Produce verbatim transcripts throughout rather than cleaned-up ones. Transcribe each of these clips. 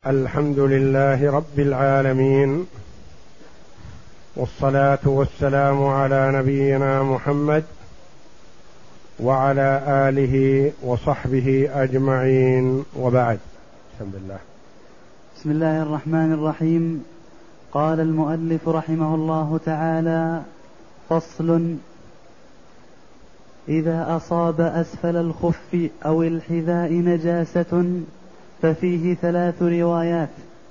الحمد لله رب العالمين، والصلاة والسلام على نبينا محمد وعلى آله وصحبه أجمعين، وبعد. بسم الله. بسم الله الرحمن الرحيم. قال المؤلف رحمه الله تعالى: فصل: إذا أصاب أسفل الخف أو الحذاء نجاسة ففيه ثلاث روايات،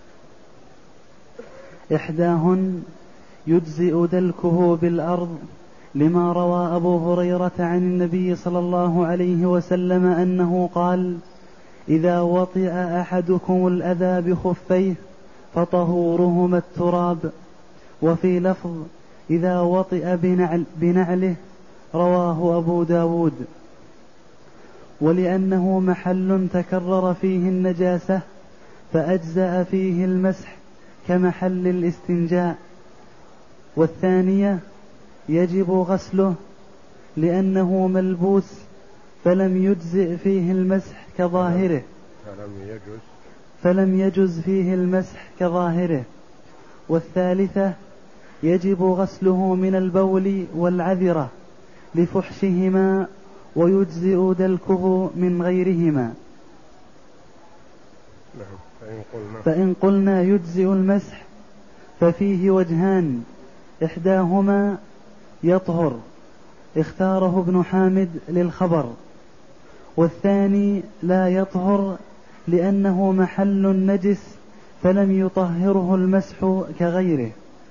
إحداهن يجزئ دلكه بالأرض، لما روى أبو هريرة عن النبي صلى الله عليه وسلم أنه قال: إذا وطئ أحدكم الأذى بخفيه فطهورهما التراب. وفي لفظ: إذا وطئ بنعل بنعله، رواه أبو داود. ولأنه محل تكرر فيه النجاسة فأجزأ فيه المسح كمحل الاستنجاء. والثانية يجب غسله لأنه ملبوس فلم يجزئ فيه المسح كظاهره فلم يجز فلم يجز فيه المسح كظاهره. والثالثة يجب غسله من البول والعذرة لفحشهما، ويجزئ دلكه من غيرهما. فإن قلنا, فإن قلنا يجزئ المسح ففيه وجهان، إحداهما يطهر، اختاره ابن حامد للخبر، والثاني لا يطهر لأنه محل نجس فلم يطهره المسح كغيره.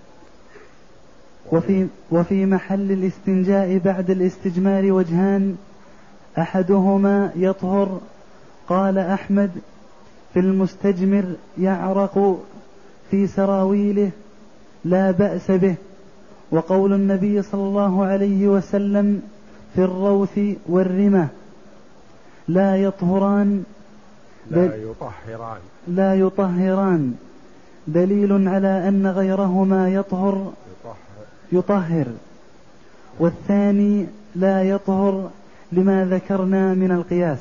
وفي, وفي محل الاستنجاء بعد الاستجمار وجهان، أحدهما يطهر، قال أحمد: في المستجمر يعرق في سراويله لا بأس به. وقول النبي صلى الله عليه وسلم في الروث والرمة لا يطهران لا يطهران لا يطهران دليل على أن غيرهما يطهر يطهر، والثاني لا يطهر لما ذكرنا من القياس.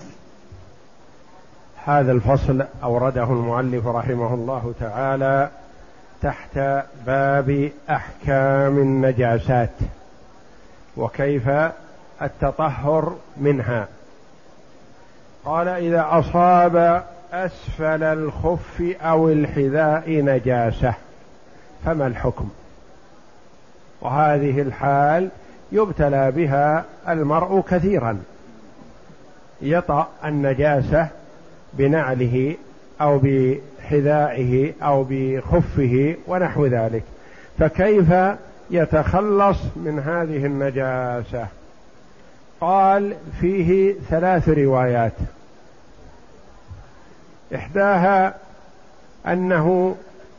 هذا الفصل أورده المؤلف رحمه الله تعالى تحت باب أحكام النجاسات وكيف التطهر منها. قال: إذا أصاب أسفل الخف أو الحذاء نجاسة فما الحكم؟ وهذه الحال يبتلى بها المرء كثيرا، يطأ النجاسة بنعله أو بحذائه أو بخفه ونحو ذلك، فكيف يتخلص من هذه النجاسة؟ قال: فيه ثلاث روايات، إحداها أنه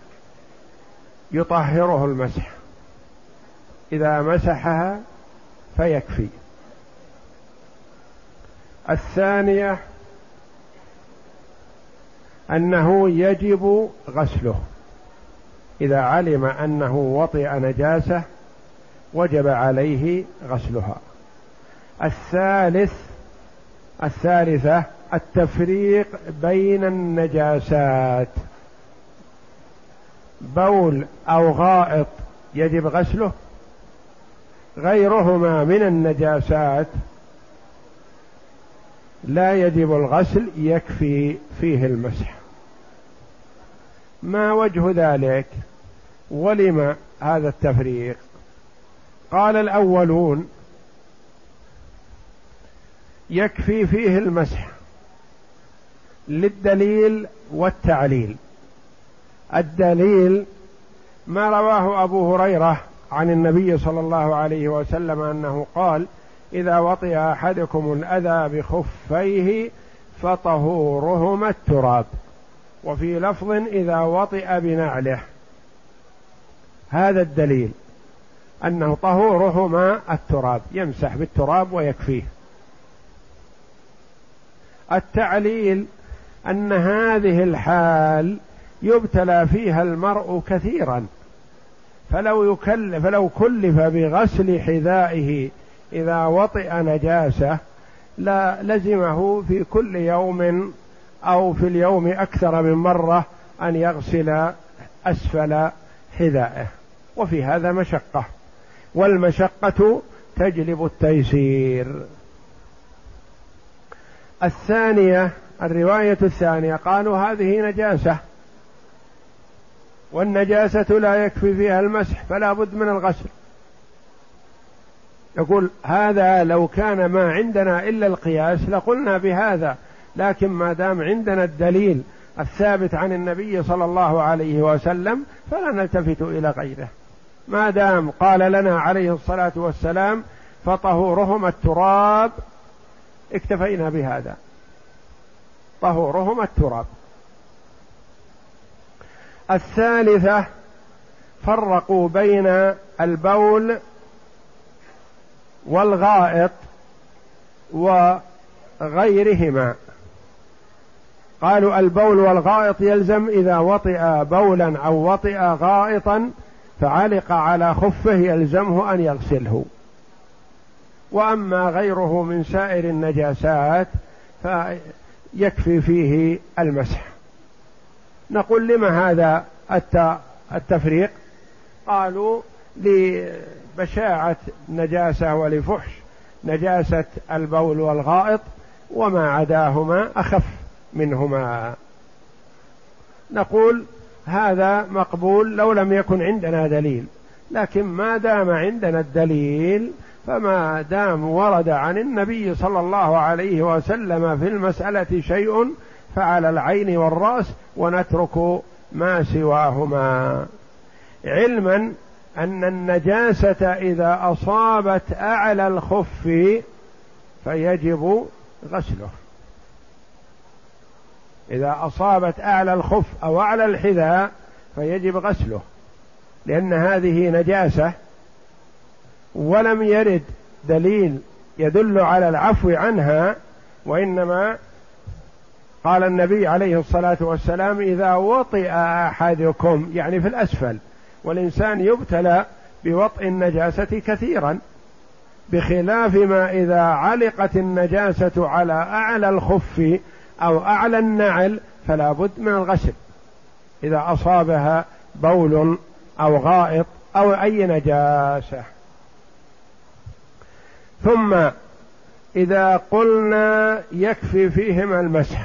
يطهره المسح، إذا مسحها فيكفي. الثانية أنه يجب غسله، إذا علم أنه وطئ نجاسة وجب عليه غسلها. الثالث الثالثة التفريق بين النجاسات، بول أو غائط يجب غسله، غيرهما من النجاسات لا يجب الغسل، يكفي فيه المسح. ما وجه ذلك؟ ولم هذا التفريق؟ قال الأولون: يكفي فيه المسح للدليل والتعليل. الدليل ما رواه أبو هريرة عن النبي صلى الله عليه وسلم أنه قال: إذا وطئ أحدكم الأذى بخفيه فطهورهما التراب. وفي لفظ: إذا وطئ بنعله. هذا الدليل أنه طهورهما التراب، يمسح بالتراب ويكفيه. التعليل أن هذه الحال يبتلى فيها المرء كثيرا، فلو يكلف فلو كلف بغسل حذائه إذا وطئ نجاسة لا لزمه في كل يوم أو في اليوم أكثر من مرة أن يغسل أسفل حذائه، وفي هذا مشقة، والمشقة تجلب التيسير. الثانية، الرواية الثانية قالوا هذه نجاسة، والنجاسة لا يكفي فيها المسح فلا بد من الغسل. يقول هذا لو كان ما عندنا إلا القياس لقلنا بهذا، لكن ما دام عندنا الدليل الثابت عن النبي صلى الله عليه وسلم فلا نلتفت إلى غيره، ما دام قال لنا عليه الصلاة والسلام فطهورهم التراب اكتفينا بهذا، طهورهم التراب. الثالثة فرقوا بين البول والغائط وغيرهما، قالوا البول والغائط يلزم إذا وطئ بولا أو وطئ غائطا فعلق على خفه يلزمه أن يغسله، وأما غيره من سائر النجاسات فيكفي فيه المسح. نقول لما هذا التفريق؟ قالوا لبشاعة نجاسة ولفحش نجاسة البول والغائط، وما عداهما أخف منهما. نقول هذا مقبول لو لم يكن عندنا دليل، لكن ما دام عندنا الدليل فما دام ورد عن النبي صلى الله عليه وسلم في المسألة شيء فعلى العين والرأس، ونترك ما سواهما، علما أن النجاسة إذا أصابت أعلى الخف فيجب غسله. إذا أصابت أعلى الخف أو أعلى الحذاء فيجب غسله، لأن هذه نجاسة ولم يرد دليل يدل على العفو عنها، وإنما قال النبي عليه الصلاة والسلام إذا وطئ أحدكم، يعني في الأسفل، والإنسان يبتلى بوطئ النجاسة كثيرا، بخلاف ما إذا علقت النجاسة على أعلى الخف أو أعلى النعل فلا بد من الغسل إذا أصابها بول أو غائط أو أي نجاسة. ثم إذا قلنا يكفي فيهما المسح،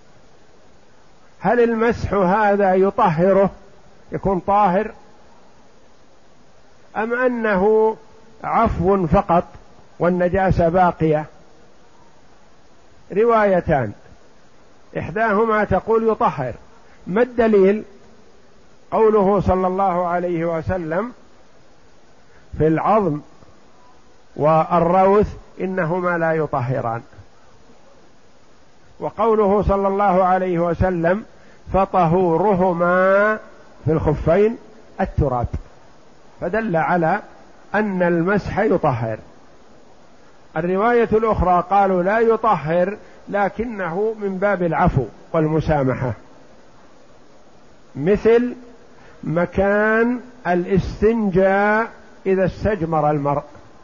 هل المسح هذا يطهره يكون طاهر، أم أنه عفو فقط والنجاسة باقية؟ روايتان، إحداهما تقول يطهر. ما الدليل؟ قوله صلى الله عليه وسلم في العظم والروث إنهما لا يطهران، وقوله صلى الله عليه وسلم فطهورهما في الخفين التراب، فدل على أن المسح يطهر. الرواية الأخرى قالوا لا يطهر لكنه من باب العفو والمسامحة، مثل مكان الاستنجاء إذا استجمر المرء،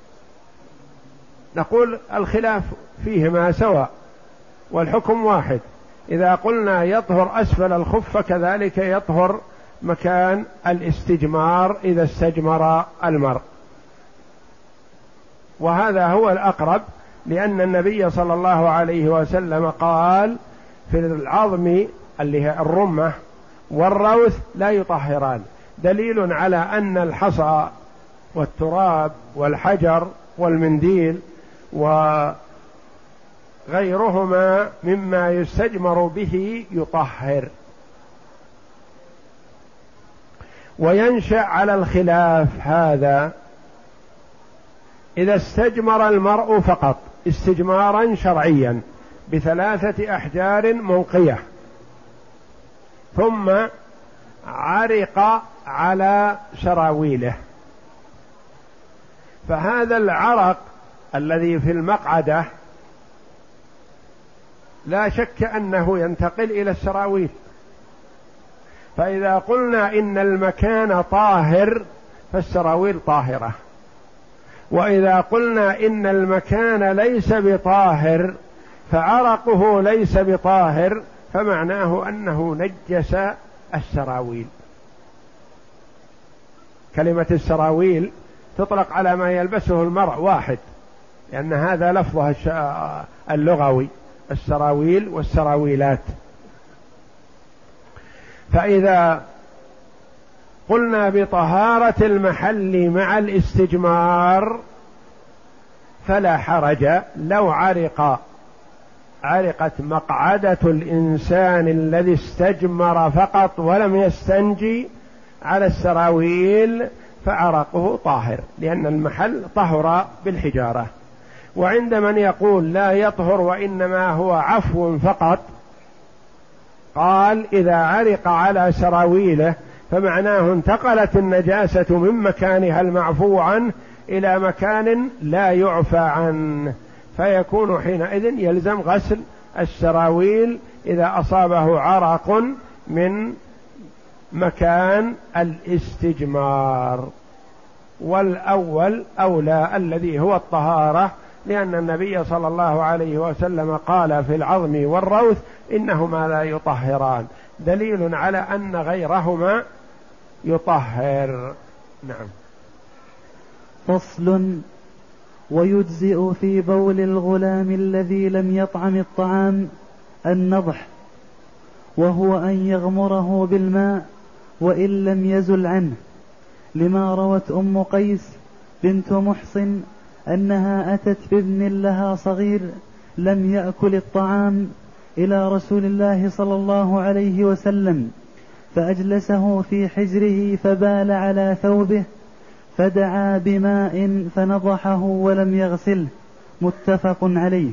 نقول الخلاف فيهما سواء والحكم واحد، إذا قلنا يطهر أسفل الخف كذلك يطهر مكان الاستجمار إذا استجمر المرء، وهذا هو الأقرب، لأن النبي صلى الله عليه وسلم قال في العظم اللي هي الرمة والروث لا يطهران، دليل على أن الحصى والتراب والحجر والمنديل وغيرهما مما يستجمر به يطهر. وينشأ على الخلاف هذا إذا استجمر المرء فقط استجمارا شرعيا بثلاثة أحجار منقية ثم عرق على سراويله، فهذا العرق الذي في المقعدة لا شك أنه ينتقل إلى السراويل، فإذا قلنا إن المكان طاهر فالسراويل طاهرة، وإذا قلنا إن المكان ليس بطاهر فعرقه ليس بطاهر فمعناه أنه نجس السراويل. كلمة السراويل تطلق على ما يلبسه المرء واحد، لأن هذا لفظها اللغوي، السراويل والسراويلات. فإذا قلنا بطهارة المحل مع الاستجمار فلا حرج لو عرق عرقت مقعدة الإنسان الذي استجمر فقط ولم يستنجي على السراويل فعرقه طاهر، لأن المحل طهر بالحجارة. وعند من يقول لا يطهر وإنما هو عفو فقط، قال إذا عرق على سراويله فمعناه انتقلت النجاسة من مكانها المعفو عنه إلى مكان لا يعفى عنه، فيكون حينئذ يلزم غسل السراويل إذا أصابه عرق من مكان الاستجمار. والأول أولى الذي هو الطهارة، لأن النبي صلى الله عليه وسلم قال في العظم والروث إنهما لا يطهران، دليل على أن غيرهما يطهر. نعم. فصل: ويجزئ في بول الغلام الذي لم يطعم الطعام النضح، وهو أن يغمره بالماء وإن لم يزل عنه، لما روت أم قيس بنت محصن أنها أتت بابن لها صغير لم يأكل الطعام إلى رسول الله صلى الله عليه وسلم، فأجلسه في حجره فبال على ثوبه، فدعا بماء فنضحه ولم يغسله، متفق عليه.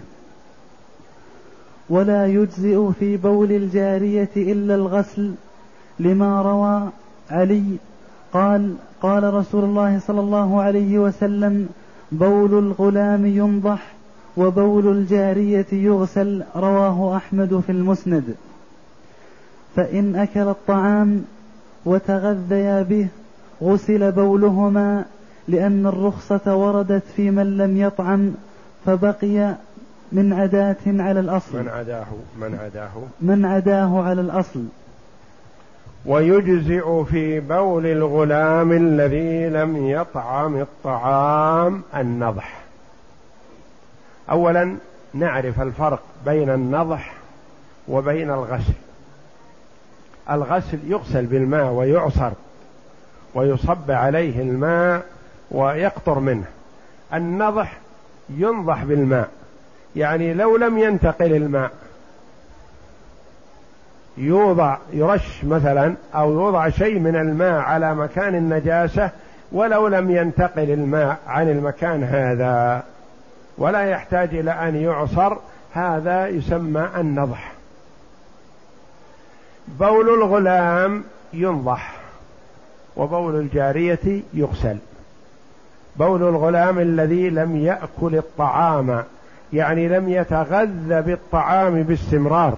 ولا يجزئ في بول الجارية إلا الغسل، لما روى علي قال: قال رسول الله صلى الله عليه وسلم: بول الغلام ينضح وبول الجارية يغسل، رواه أحمد في المسند. فإن أكل الطعام وتغذيا به غسل بولهما، لأن الرخصة وردت في من لم يطعم فبقي من عداة على الأصل من عداه من عداه من عداه على الأصل. ويجزئ في بول الغلام الذي لم يطعم الطعام النضح. أولا نعرف الفرق بين النضح وبين الغسل. الغسل يغسل بالماء ويعصر ويصب عليه الماء ويقطر منه. النضح ينضح بالماء، يعني لو لم ينتقل الماء يوضع يرش مثلا أو يوضع شيء من الماء على مكان النجاسة ولو لم ينتقل الماء عن المكان هذا ولا يحتاج إلى أن يعصر، هذا يسمى النضح. بول الغلام ينضح وبول الجارية يغسل. بول الغلام الذي لم يأكل الطعام، يعني لم يتغذى بالطعام باستمرار،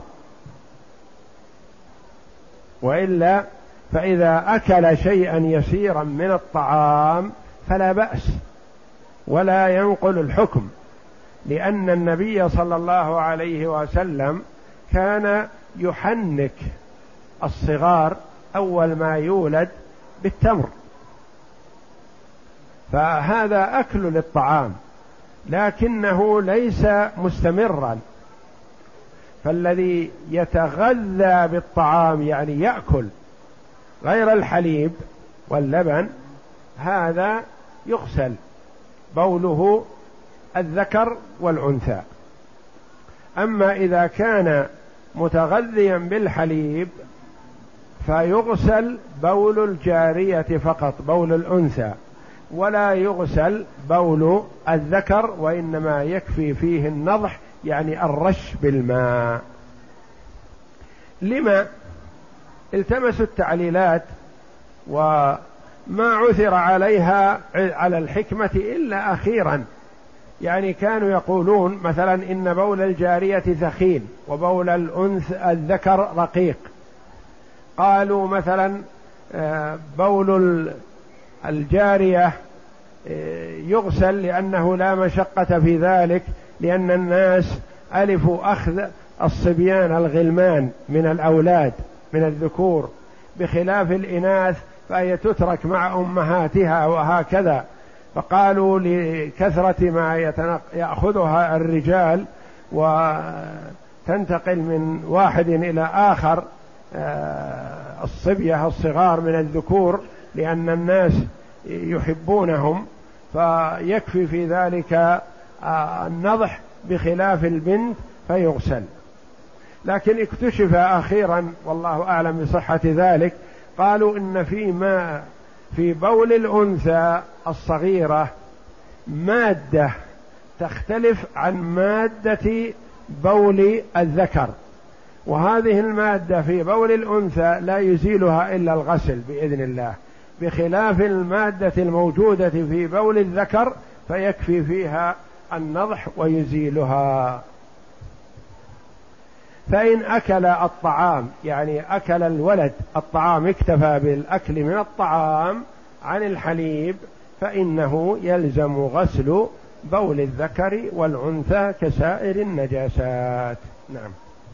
وإلا فإذا أكل شيئا يسيرا من الطعام فلا بأس ولا ينقل الحكم، لأن النبي صلى الله عليه وسلم كان يحنك الصغار أول ما يولد بالتمر، فهذا أكل للطعام لكنه ليس مستمرا. فالذي يتغذى بالطعام يعني يأكل غير الحليب واللبن هذا يغسل بوله الذكر والأنثى. أما إذا كان متغذيا بالحليب فيغسل بول الجارية فقط، بول الأنثى، ولا يغسل بول الذكر، وإنما يكفي فيه النضح يعني الرش بالماء. لما التمسوا التعليلات وما عثر عليها على الحكمة إلا أخيرا، يعني كانوا يقولون مثلا إن بول الجارية ثخين وبول الأنثى الذكر رقيق، قالوا مثلا بول الجارية يغسل لأنه لا مشقة في ذلك، لأن الناس ألفوا أخذ الصبيان الغلمان من الأولاد من الذكور بخلاف الإناث فهي تترك مع أمهاتها وهكذا. فقالوا لكثرة ما يأخذها الرجال وتنتقل من واحد إلى آخر الصبية الصغار من الذكور لأن الناس يحبونهم، فيكفي في ذلك النضح بخلاف البنت فيغسل. لكن اكتشف أخيرا والله أعلم بصحة ذلك، قالوا إن في ماء في بول الأنثى الصغيرة مادة تختلف عن مادة بول الذكر، وهذه المادة في بول الأنثى لا يزيلها إلا الغسل بإذن الله، بخلاف المادة الموجودة في بول الذكر فيكفي فيها النضح ويزيلها. فإن أكل الطعام، يعني أكل الولد الطعام اكتفى بالأكل من الطعام عن الحليب، فإنه يلزم غسل بول الذكر والأنثى كسائر النجاسات. نعم.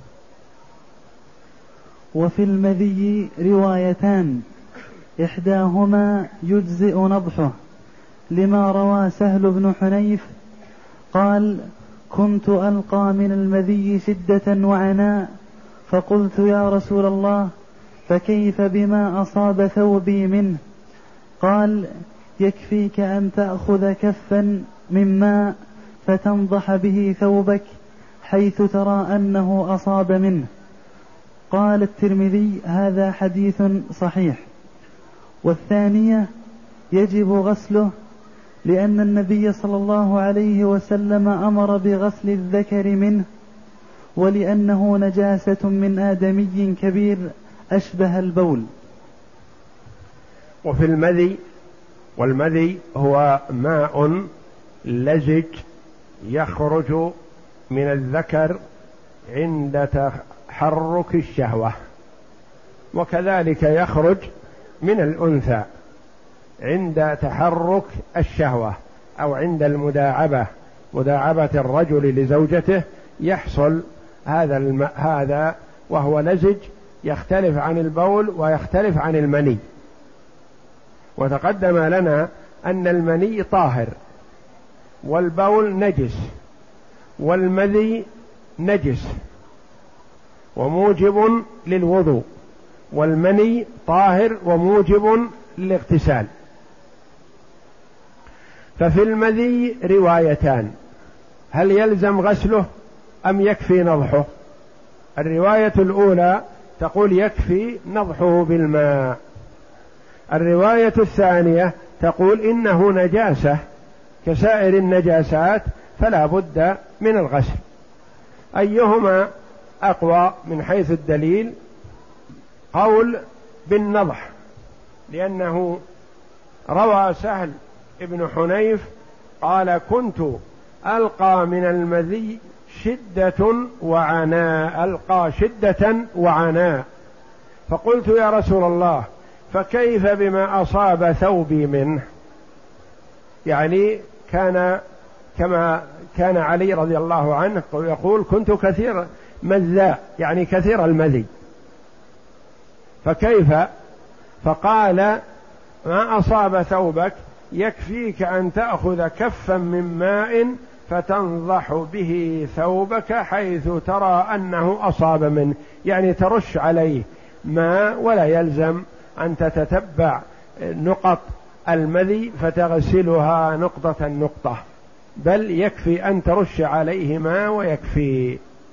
وفي المذي روايتان، إحداهما يجزئ نضحه، لما روى سهل بن حنيف قال: كنت ألقى من المذي شدة وعناء، فقلت يا رسول الله فكيف بما أصاب ثوبي منه؟ قال: يكفيك أن تأخذ كفا من ماء فتنضح به ثوبك حيث ترى أنه أصاب منه. قال الترمذي: هذا حديث صحيح. والثانية يجب غسله، لأن النبي صلى الله عليه وسلم أمر بغسل الذكر منه، ولأنه نجاسة من آدمي كبير أشبه البول. وفي المذي، والمذي هو ماء لزج يخرج من الذكر عند تحرك الشهوة، وكذلك يخرج من الأنثى عند تحرك الشهوة أو عند المداعبة، مداعبة الرجل لزوجته، يحصل هذا الماء هذا وهو لزج يختلف عن البول ويختلف عن المني. وتقدم لنا أن المني طاهر والبول نجس والمذي نجس وموجب للوضوء، والمني طاهر وموجب للاغتسال. ففي المذي روايتان، هل يلزم غسله أم يكفي نضحه؟ الرواية الأولى تقول يكفي نضحه بالماء، الرواية الثانية تقول إنه نجاسة كسائر النجاسات فلا بد من الغسل. أيهما أقوى من حيث الدليل؟ قول بالنضح، لأنه روى سهل ابن حنيف قال: كنت ألقى من المذي شدة وعناء، ألقى شدة وعناء، فقلت يا رسول الله فكيف بما أصاب ثوبي منه؟ يعني كان كما كان علي رضي الله عنه يقول: كنت كثير مذاء، يعني كثير المذي، فكيف؟ فقال: ما أصاب ثوبك يكفيك أن تأخذ كفا من ماء فتنضح به ثوبك حيث ترى أنه أصاب منه، يعني ترش عليه ماء ولا يلزم أن تتتبع نقط المذي فتغسلها نقطة نقطة، بل يكفي أن ترش عليه ماء ويكفي.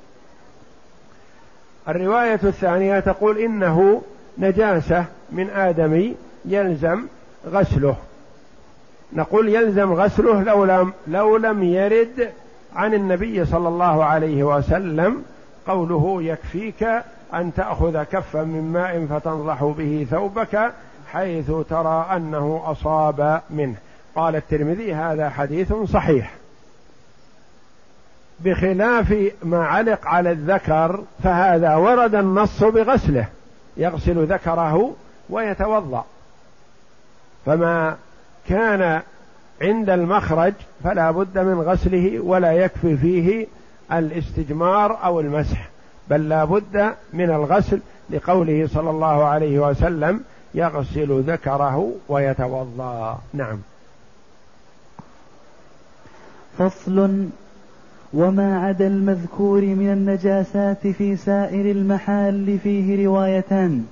الرواية الثانية تقول إنه نجاسة من آدمي يلزم غسله، نقول يلزم غسله لو لم, لو لم يرد عن النبي صلى الله عليه وسلم قوله: يكفيك أن تأخذ كفا من ماء فتنضح به ثوبك حيث ترى أنه أصاب منه. قال الترمذي: هذا حديث صحيح. بخلاف ما علق على الذكر فهذا ورد النص بغسله، يغسل ذكره ويتوضأ، فما كان عند المخرج فلا بد من غسله، ولا يكفي فيه الاستجمار أو المسح، بل لا بد من الغسل لقوله صلى الله عليه وسلم يغسل ذكره ويتوضأ. نعم. فصل. وما عدا المذكور من النجاسات في سائر المحال فيه روايتان،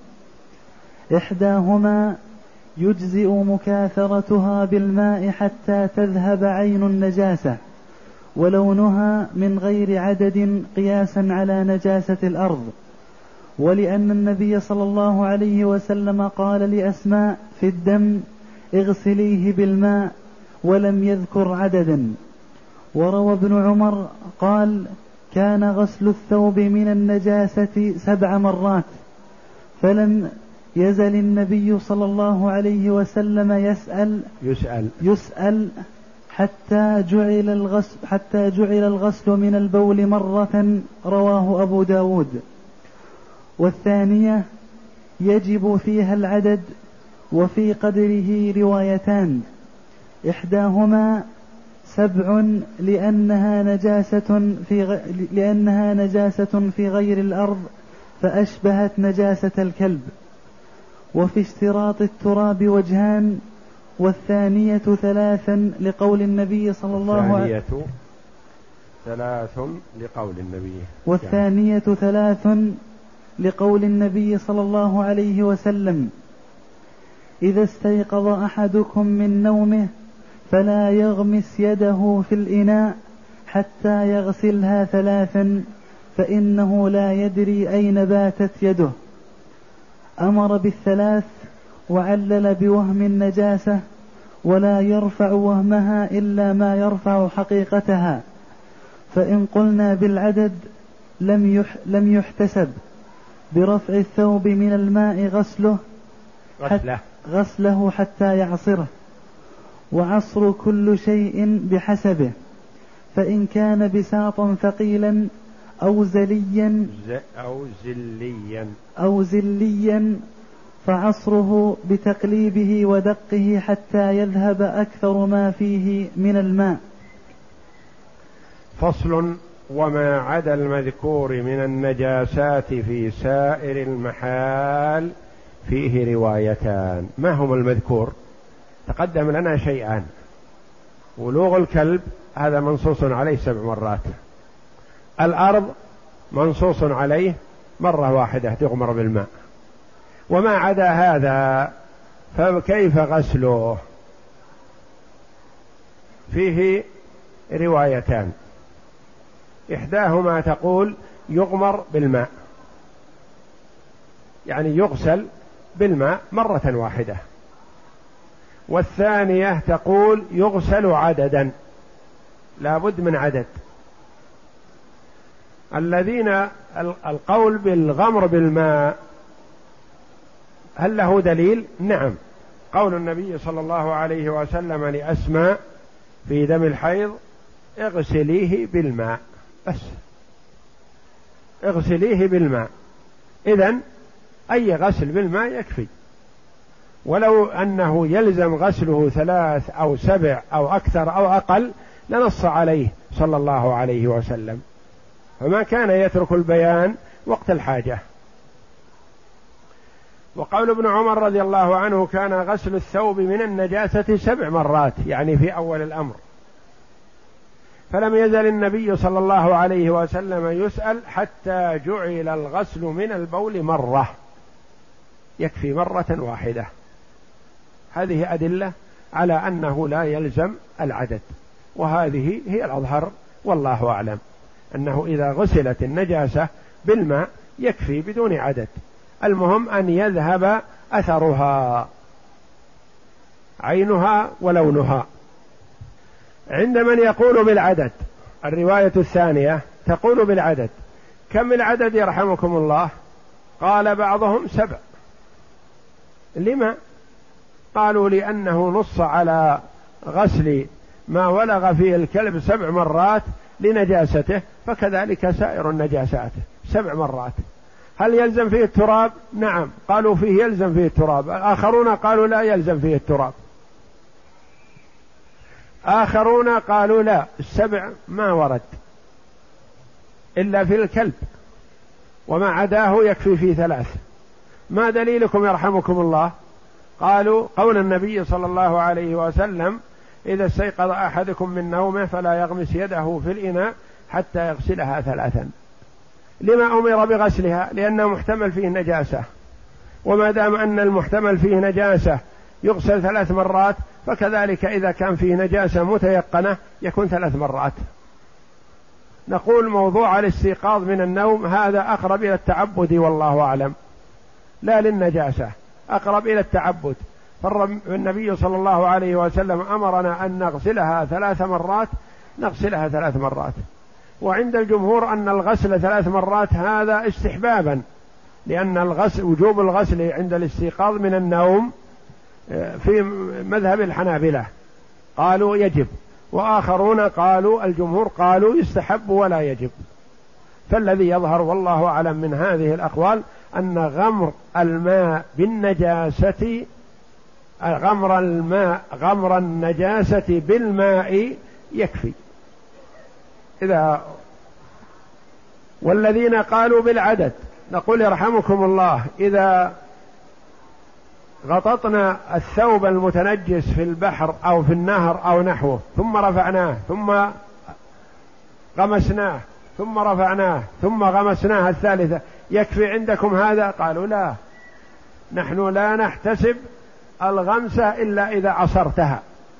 إحداهما يجزئ مكاثرتها بالماء حتى تذهب عين النجاسة ولونها من غير عدد قياسا على نجاسة الأرض، ولأن النبي صلى الله عليه وسلم قال لأسماء في الدم اغسليه بالماء ولم يذكر عددا. وروى ابن عمر قال كان غسل الثوب من النجاسة سبع مرات، فلم يزل النبي صلى الله عليه وسلم يسأل يسأل, يسأل حتى جعل الغسل حتى جعل الغسل من البول مرة، رواه أبو داود. والثانية يجب فيها العدد، وفي قدره روايتان، إحداهما سبع لأنها نجاسة في غ... لأنها نجاسة في غير الأرض فأشبهت نجاسة الكلب. وفي اشتراط التراب وجهان، والثانية ثلاثا لقول النبي صلى الله عليه وسلم ثلاث لقول النبي والثانية ثلاث لقول النبي صلى الله عليه وسلم إذا استيقظ أحدكم من نومه فلا يغمس يده في الإناء حتى يغسلها ثلاثا فإنه لا يدري أين باتت يده. أمر بالثلاث وعلل بوهم النجاسة، ولا يرفع وهمها إلا ما يرفع حقيقتها، فإن قلنا بالعدد لم, يح لم يحتسب برفع الثوب من الماء غسله غسله, غسله حتى يعصره، وعصر كل شيء بحسبه، فإن كان بساطا ثقيلا أو زليا أو زليا أو زليا فعصره بتقليبه ودقه حتى يذهب أكثر ما فيه من الماء. فصل. وما عدا المذكور من النجاسات في سائر المحال فيه روايتان. ما هم المذكور؟ تقدم لنا شيئان. ولوغ الكلب هذا منصوص عليه سبع مرات، الأرض منصوص عليه مرة واحدة تغمر بالماء، وما عدا هذا فكيف غسله؟ فيه روايتان، إحداهما تقول يغمر بالماء، يعني يغسل بالماء مرة واحدة، والثانية تقول يغسل عددا، لا بد من عدد. الذين القول بالغمر بالماء هل له دليل؟ نعم، قول النبي صلى الله عليه وسلم لأسماء في دم الحيض اغسليه بالماء، بس اغسليه بالماء، إذن أي غسل بالماء يكفي، ولو أنه يلزم غسله ثلاث أو سبع أو أكثر أو أقل لنص عليه صلى الله عليه وسلم، فما كان يترك البيان وقت الحاجة. وقول ابن عمر رضي الله عنه كان غسل الثوب من النجاسة سبع مرات، يعني في أول الأمر، فلم يزل النبي صلى الله عليه وسلم يسأل حتى جعل الغسل من البول مرة، يكفي مرة واحدة. هذه أدلة على أنه لا يلزم العدد، وهذه هي الأظهر والله أعلم، أنه إذا غسلت النجاسة بالماء يكفي بدون عدد، المهم أن يذهب أثرها عينها ولونها. عند من يقول بالعدد الرواية الثانية تقول بالعدد. كم العدد يرحمكم الله؟ قال بعضهم سبع. لما؟ قالوا لأنه نص على غسل ما ولغ فيه الكلب سبع مرات لنجاسته، فكذلك سائر النجاسات سبع مرات. هل يلزم فيه التراب؟ نعم، قالوا فيه يلزم فيه التراب، آخرون قالوا لا يلزم فيه التراب، آخرون قالوا لا، السبع ما ورد إلا في الكلب، وما عداه يكفي في ثلاث. ما دليلكم يرحمكم الله؟ قالوا قول النبي صلى الله عليه وسلم إذا استيقظ أحدكم من نومه فلا يغمس يده في الإناء حتى يغسلها ثلاثا. لما أمر بغسلها؟ لأنه محتمل فيه نجاسة، وما دام أن المحتمل فيه نجاسة يغسل ثلاث مرات، فكذلك إذا كان فيه نجاسة متيقنة يكون ثلاث مرات. نقول موضوع الاستيقاظ من النوم هذا أقرب إلى التعبد والله أعلم، لا للنجاسة، أقرب إلى التعبد. فالنبي صلى الله عليه وسلم أمرنا أن نغسلها ثلاث مرات، نغسلها ثلاث مرات. وعند الجمهور أن الغسل ثلاث مرات هذا استحبابا، لأن الغسل وجوب الغسل عند الاستيقاظ من النوم في مذهب الحنابلة قالوا يجب، وآخرون قالوا الجمهور قالوا يستحب ولا يجب. فالذي يظهر والله أعلم من هذه الأقوال أن غمر الماء بالنجاسة غمر الماء غمر النجاسة بالماء يكفي. إذا والذين قالوا بالعدد نقول يرحمكم الله إذا غططنا الثوب المتنجس في البحر أو في النهر أو نحوه ثم رفعناه ثم غمسناه ثم رفعناه ثم غمسناه الثالثة يكفي عندكم هذا؟ قالوا لا، نحن لا نحتسب الغمسة إلا إذا عصرتها،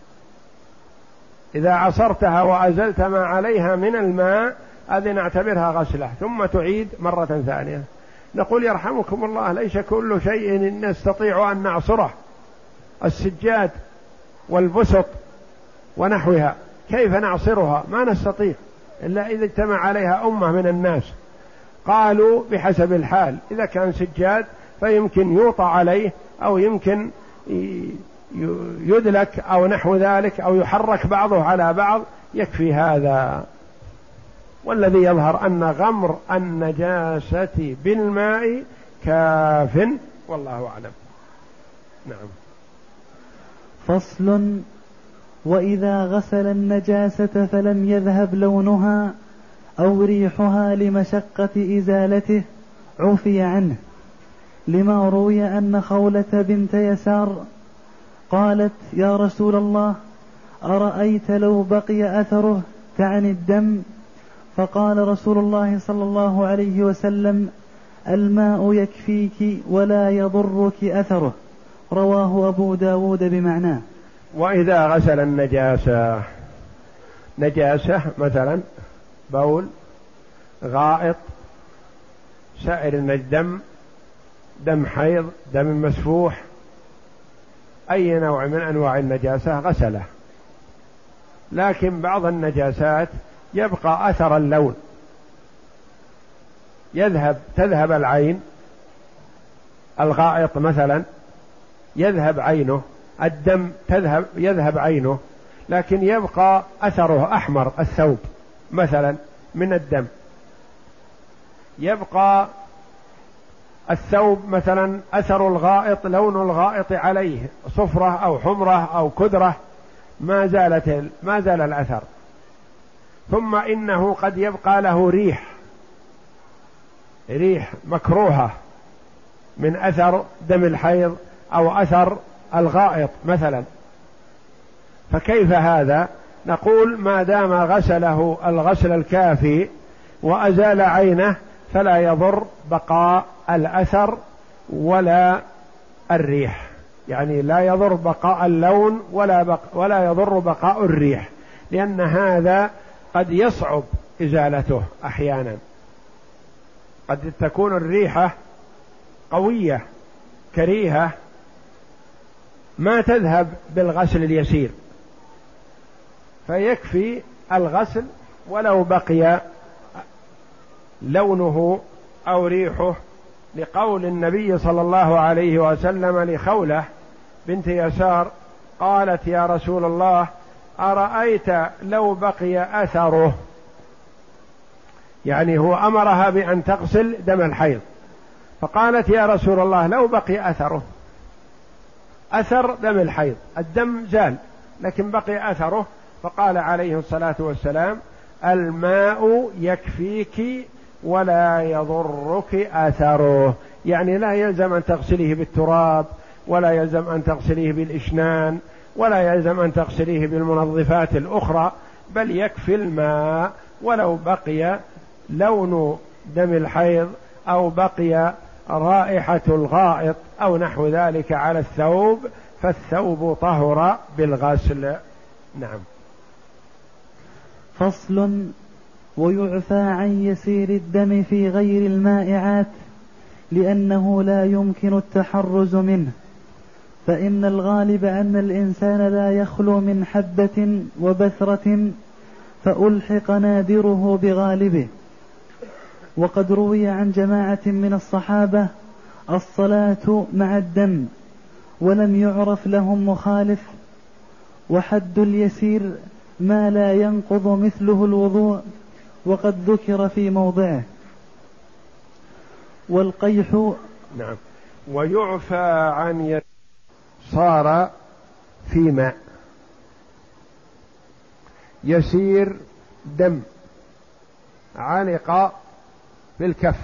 إذا عصرتها وأزلت ما عليها من الماء هذه نعتبرها غسلة ثم تعيد مرة ثانية. نقول يرحمكم الله ليس كل شيء نستطيع أن نعصره، السجاد والبسط ونحوها كيف نعصرها؟ ما نستطيع إلا إذا اجتمع عليها أمة من الناس. قالوا بحسب الحال، إذا كان سجاد فيمكن يوطى عليه أو يمكن يدلك أو نحو ذلك أو يحرك بعضه على بعض يكفي هذا. والذي يظهر أن غمر النجاسة بالماء كاف والله أعلم. نعم. فصل: وإذا غسل النجاسة فلم يذهب لونها أو ريحها لمشقة إزالته عفي عنه، لما روي أن خولة بنت يسار قالت: يا رسول الله، أرأيت لو بقي أثره تعني الدم؟ فقال رسول الله صلى الله عليه وسلم: الماء يكفيك ولا يضرك أثره. رواه أبو داود بمعناه. وإذا غسل النجاسة، نجاسة مثلا بول، غائط، سائر الدم، دم حيض، دم مسفوح، أي نوع من أنواع النجاسة غسله. لكن بعض النجاسات يبقى أثر اللون، يذهب تذهب العين، الغائط مثلا يذهب عينه، الدم تذهب يذهب عينه، لكن يبقى أثره أحمر الثوب مثلا من الدم، يبقى الثوب مثلا أثر الغائط، لون الغائط عليه صفرة أو حمرة أو كدرة، ما زالت ما زال الأثر. ثم إنه قد يبقى له ريح ريح مكروهة من أثر دم الحيض أو أثر الغائط مثلا، فكيف هذا؟ نقول ما دام غسله الغسل الكافي وأزال عينه فلا يضر بقاء الأثر ولا الريح، يعني لا يضر بقاء اللون ولا بق ولا يضر بقاء الريح، لأن هذا قد يصعب إزالته أحيانا، قد تكون الريحة قوية كريهة ما تذهب بالغسل اليسير، فيكفي الغسل ولو بقي لونه أو ريحه، لقول النبي صلى الله عليه وسلم لخولة بنت يسار قالت: يا رسول الله، أرأيت لو بقي أثره؟ يعني هو أمرها بأن تغسل دم الحيض، فقالت: يا رسول الله، لو بقي أثره، أثر دم الحيض، الدم زال لكن بقي أثره، فقال عليه الصلاة والسلام: الماء يكفيك ولا يضرك أثره، يعني لا يلزم أن تغسليه بالتراب، ولا يلزم أن تغسليه بالإشنان، ولا يلزم أن تغسليه بالمنظفات الأخرى، بل يكفي الماء، ولو بقي لون دم الحيض أو بقي رائحة الغائط أو نحو ذلك على الثوب فالثوب طهر بالغسل. نعم. فصل. ويعفى عن يسير الدم في غير المائعات لأنه لا يمكن التحرز منه، فإن الغالب أن الإنسان لا يخلو من حبة وبثرة فألحق نادره بغالبه. وقد روي عن جماعة من الصحابة الصلاة مع الدم ولم يعرف لهم مخالف. وحد اليسير ما لا ينقض مثله الوضوء، وقد ذكر في موضعه. والقيح. نعم. ويعفى عن يسير صار في ماء، يسير دم علق بالكف،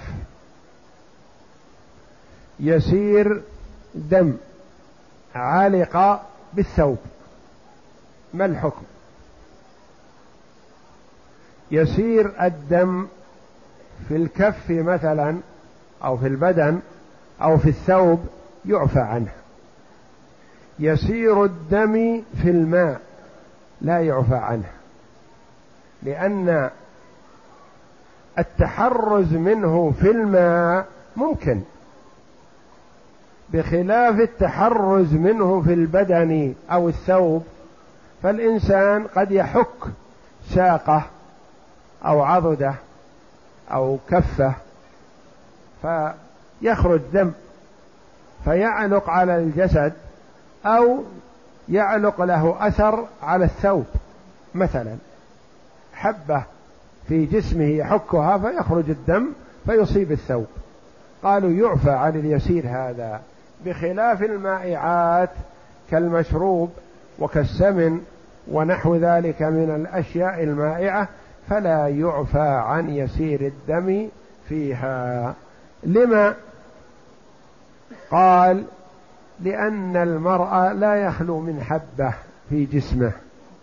يسير دم علق بالثوب، ما الحكم؟ يسير الدم في الكف مثلا أو في البدن أو في الثوب يعفى عنه. يسير الدم في الماء لا يعفى عنه، لأن التحرز منه في الماء ممكن، بخلاف التحرز منه في البدن أو الثوب، فالإنسان قد يحك ساقه أو عضده أو كفه فيخرج دم فيعلق على الجسد، أو يعلق له أثر على الثوب، مثلا حبة في جسمه يحكها فيخرج الدم فيصيب الثوب. قالوا يعفى عن اليسير هذا، بخلاف المائعات كالمشروب وكالسمن ونحو ذلك من الأشياء المائعة فلا يعفى عن يسير الدم فيها. لما؟ قال لأن المرء لا يخلو من حبة في جسمه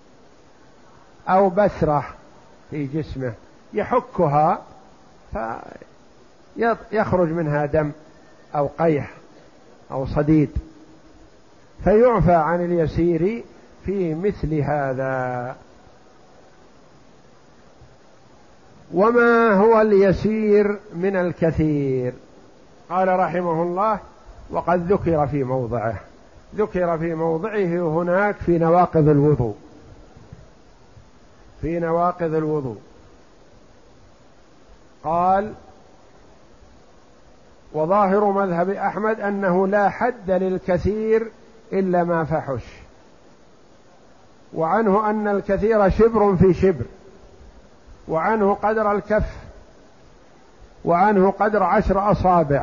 أو بثرة في جسمه يحكها فيخرج منها دم أو قيح أو صديد، فيعفى عن اليسير في مثل هذا. وما هو اليسير من الكثير؟ قال رحمه الله وقد ذكر في موضعه، ذكر في موضعه هناك في نواقض الوضوء، في نواقض الوضوء قال وظاهر مذهب أحمد أنه لا حد للكثير إلا ما فحش، وعنه أن الكثير شبر في شبر، وعنه قدر الكف، وعنه قدر عشر أصابع.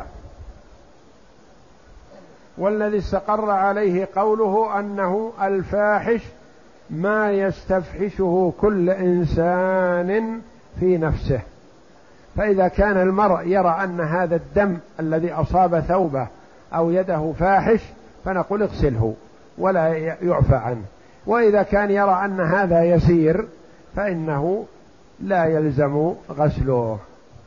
والذي استقر عليه قوله أنه الفاحش ما يستفحشه كل إنسان في نفسه. فإذا كان المرء يرى أن هذا الدم الذي أصاب ثوبه أو يده فاحش فنقول اغسله ولا يعفى عنه، وإذا كان يرى أن هذا يسير فإنه لا يلزم غسله.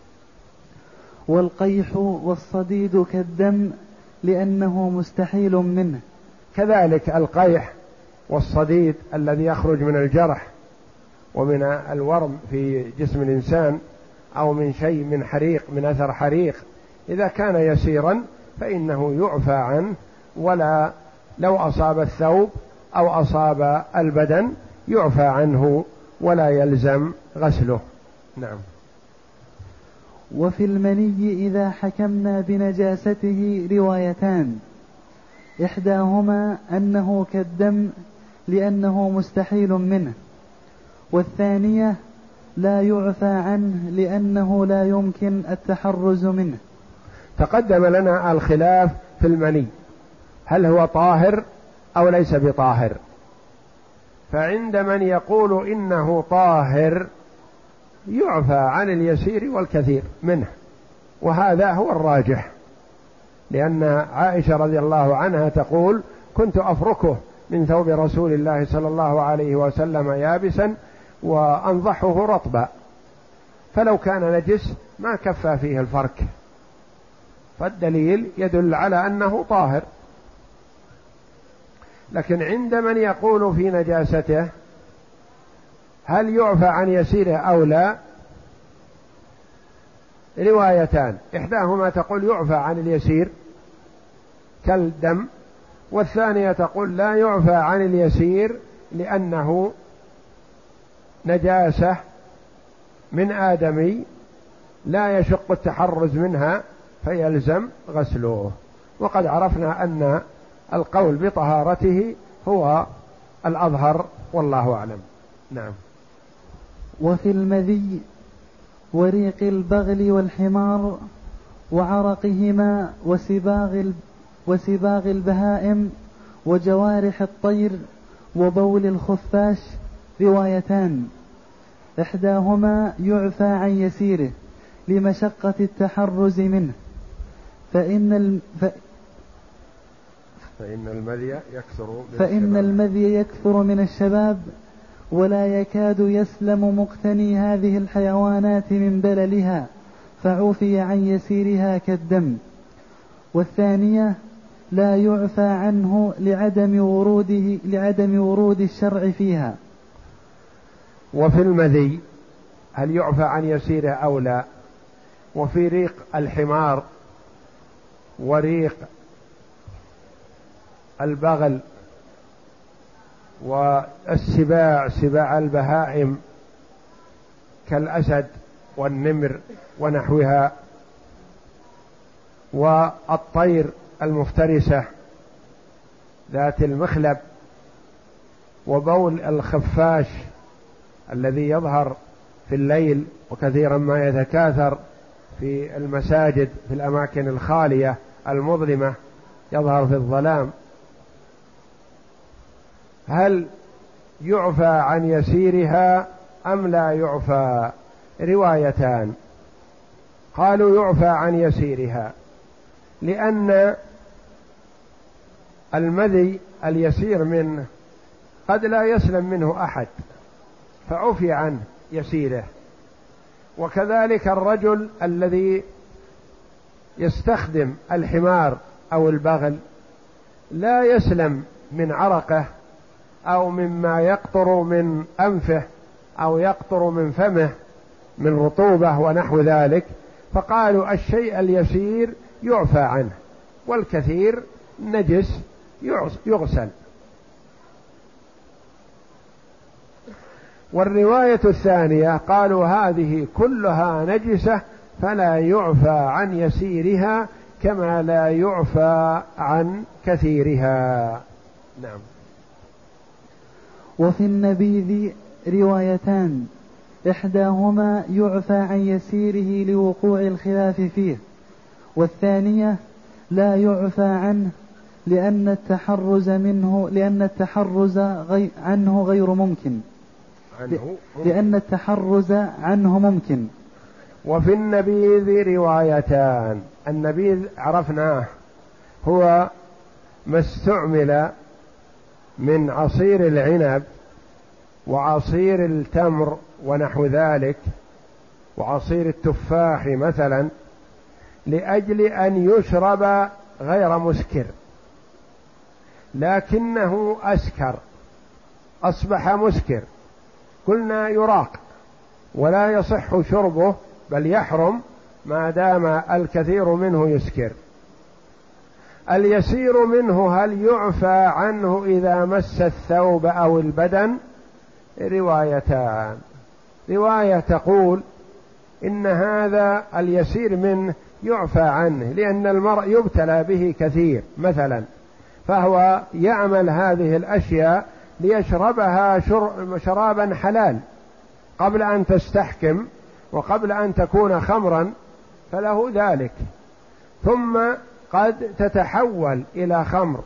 والقيح والصديد كالدم لأنه مستحيل منه. كذلك القيح والصديد الذي يخرج من الجرح ومن الورم في جسم الإنسان أو من شيء من حريق، من أثر حريق، إذا كان يسيرا فإنه يعفى عنه، ولا لو أصاب الثوب أو أصاب البدن يعفى عنه ولا يلزم غسله. نعم. وفي المني إذا حكمنا بنجاسته روايتان، إحداهما أنه كالدم لأنه مستحيل منه، والثانية لا يعفى عنه لأنه لا يمكن التحرز منه. تقدم لنا الخلاف في المني، هل هو طاهر أو ليس بطاهر؟ فعند من يقول إنه طاهر يعفى عن اليسير والكثير منه، وهذا هو الراجح، لأن عائشة رضي الله عنها تقول: كنت أفركه من ثوب رسول الله صلى الله عليه وسلم يابسا وأنضحه رطبا، فلو كان نجس ما كفى فيه الفرك، فالدليل يدل على أنه طاهر. لكن عند من يقول في نجاسته هل يعفى عن يسيره أو لا، روايتان، إحداهما تقول يعفى عن اليسير كالدم، والثانية تقول لا يعفى عن اليسير لأنه نجاسة من آدمي لا يشق التحرز منها فيلزم غسله. وقد عرفنا أن القول بطهارته هو الأظهر والله أعلم. نعم. وفي المذي وريق البغل والحمار وعرقهما وسباغ وسباغ البهائم وجوارح الطير وبول الخفاش روايتان، إحداهما يعفى عن يسيره لمشقة التحرز منه، فإن الم... ف... فإن المذي يكثر من فإن الشباب. المذي يكثر من الشباب ولا يكاد يسلم مقتني هذه الحيوانات من بللها، فعفي عن يسيرها كالدم. والثانية لا يعفى عنه لعدم وروده لعدم ورود الشرع فيها. وفي المذي هل يعفى عن يسيره أو لا؟ وفي ريق الحمار وريق البغل والسباع سباع البهائم كالأسد والنمر ونحوها، والطير المفترسة ذات المخلب، وبول الخفاش الذي يظهر في الليل وكثيرا ما يتكاثر في المساجد في الأماكن الخالية المظلمة، يظهر في الظلام، هل يعفى عن يسيرها أم لا يعفى؟ روايتان، قالوا يعفى عن يسيرها لأن المذي اليسير منه قد لا يسلم منه أحد فعفي عن يسيره، وكذلك الرجل الذي يستخدم الحمار أو البغل لا يسلم من عرقه أو مما يقطر من أنفه أو يقطر من فمه من رطوبة ونحو ذلك، فقالوا الشيء اليسير يعفى عنه والكثير نجس يغسل. والرواية الثانية قالوا هذه كلها نجسة فلا يعفى عن يسيرها كما لا يعفى عن كثيرها. نعم. وفي النبيذ روايتان، إحداهما يعفى عن يسيره لوقوع الخلاف فيه، والثانية لا يعفى عنه لأن التحرز منه لأن التحرز غي عنه غير ممكن عنه لأن التحرز عنه ممكن. وفي النبيذ روايتان، النبيذ عرفناه هو ما استعمل من عصير العنب وعصير التمر ونحو ذلك وعصير التفاح مثلا لأجل أن يشرب غير مسكر، لكنه أسكر أصبح مسكر، قلنا يراق ولا يصح شربه بل يحرم ما دام الكثير منه يسكر. اليسير منه هل يعفى عنه إذا مس الثوب أو البدن؟ روايتان، رواية تقول إن هذا اليسير منه يعفى عنه لأن المرء يبتلى به كثير مثلا، فهو يعمل هذه الأشياء ليشربها شرابا حلال قبل أن تستحكم وقبل أن تكون خمرا فله ذلك، ثم قد تتحول إلى خمر،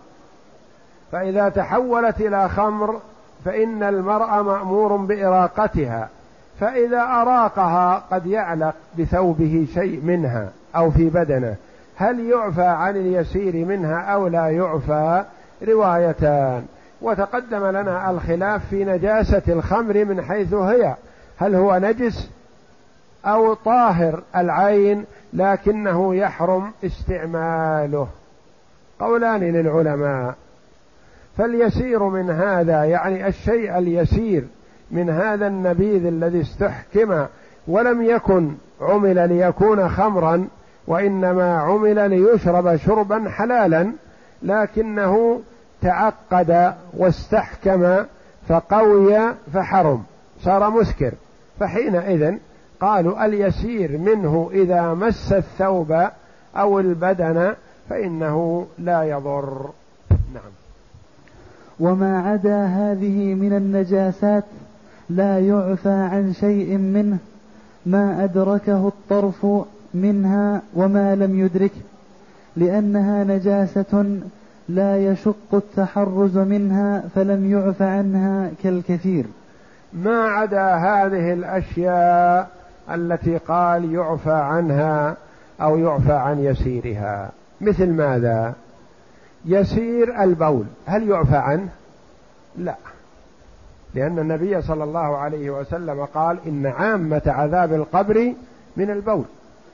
فإذا تحولت إلى خمر فإن المرء مأمور بإراقتها فإذا أراقها قد يعلق بثوبه شيء منها أو في بدنه، هل يعفى عن اليسير منها أو لا يعفى؟ روايتان. وتقدم لنا الخلاف في نجاسة الخمر من حيث هي، هل هو نجس أو طاهر العين لكنه يحرم استعماله؟ قولان للعلماء. فاليسير من هذا يعني الشيء اليسير من هذا النبيذ الذي استحكم ولم يكن عمل ليكون خمرا وإنما عمل ليشرب شربا حلالا، لكنه تعقد واستحكم فقوي فحرم صار مسكر، فحينئذ قالوا اليسير منه إذا مس الثوب أو البدن فإنه لا يضر. نعم. وما عدا هذه من النجاسات لا يعفى عن شيء منه ما أدركه الطرف منها وما لم يدركه، لأنها نجاسة لا يشق التحرز منها فلم يعف عنها كالكثير. ما عدا هذه الأشياء التي قال يعفى عنها أو يعفى عن يسيرها، مثل ماذا؟ يسير البول هل يعفى عنه؟ لا، لأن النبي صلى الله عليه وسلم قال إن عامة عذاب القبر من البول.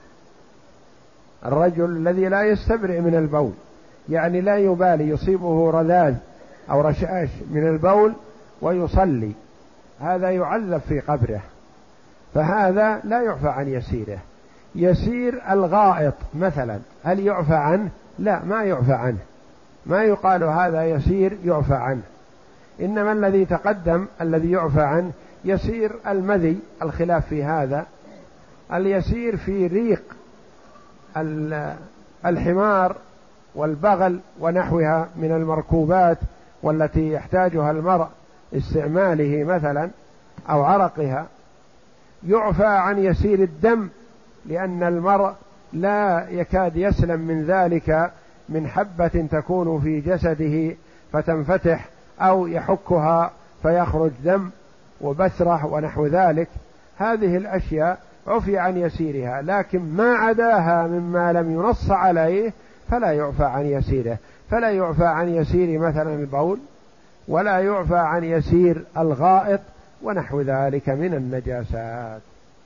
الرجل الذي لا يستبرئ من البول يعني لا يبالي يصيبه رذاذ أو رشاش من البول ويصلي، هذا يعذب في قبره، فهذا لا يعفى عن يسيره. يسير الغائط مثلا هل يعفى عنه؟ لا، ما يعفى عنه، ما يقال هذا يسير يعفى عنه، إنما الذي تقدم الذي يعفى عنه يسير المذي، الخلاف في هذا. اليسير في ريق الحمار والبغل ونحوها من المركوبات والتي يحتاجها المرء استعماله مثلا أو عرقها. يعفى عن يسير الدم لأن المرء لا يكاد يسلم من ذلك، من حبة تكون في جسده فتنفتح أو يحكها فيخرج دم وبثرة ونحو ذلك، هذه الأشياء عفي عن يسيرها، لكن ما عداها مما لم ينص عليه فلا يعفى عن يسيره. فلا يعفى عن يسير مثلا البول، ولا يعفى عن يسير الغائط ونحو ذلك من النجاسات،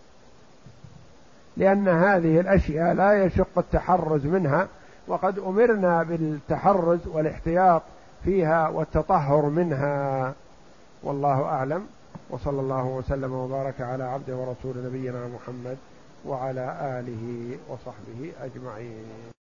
لأن هذه الأشياء لا يشق التحرز منها، وقد أمرنا بالتحرز والاحتياط فيها والتطهر منها. والله أعلم، وصلى الله وسلم وبارك على عبده ورسول نبينا محمد وعلى آله وصحبه أجمعين.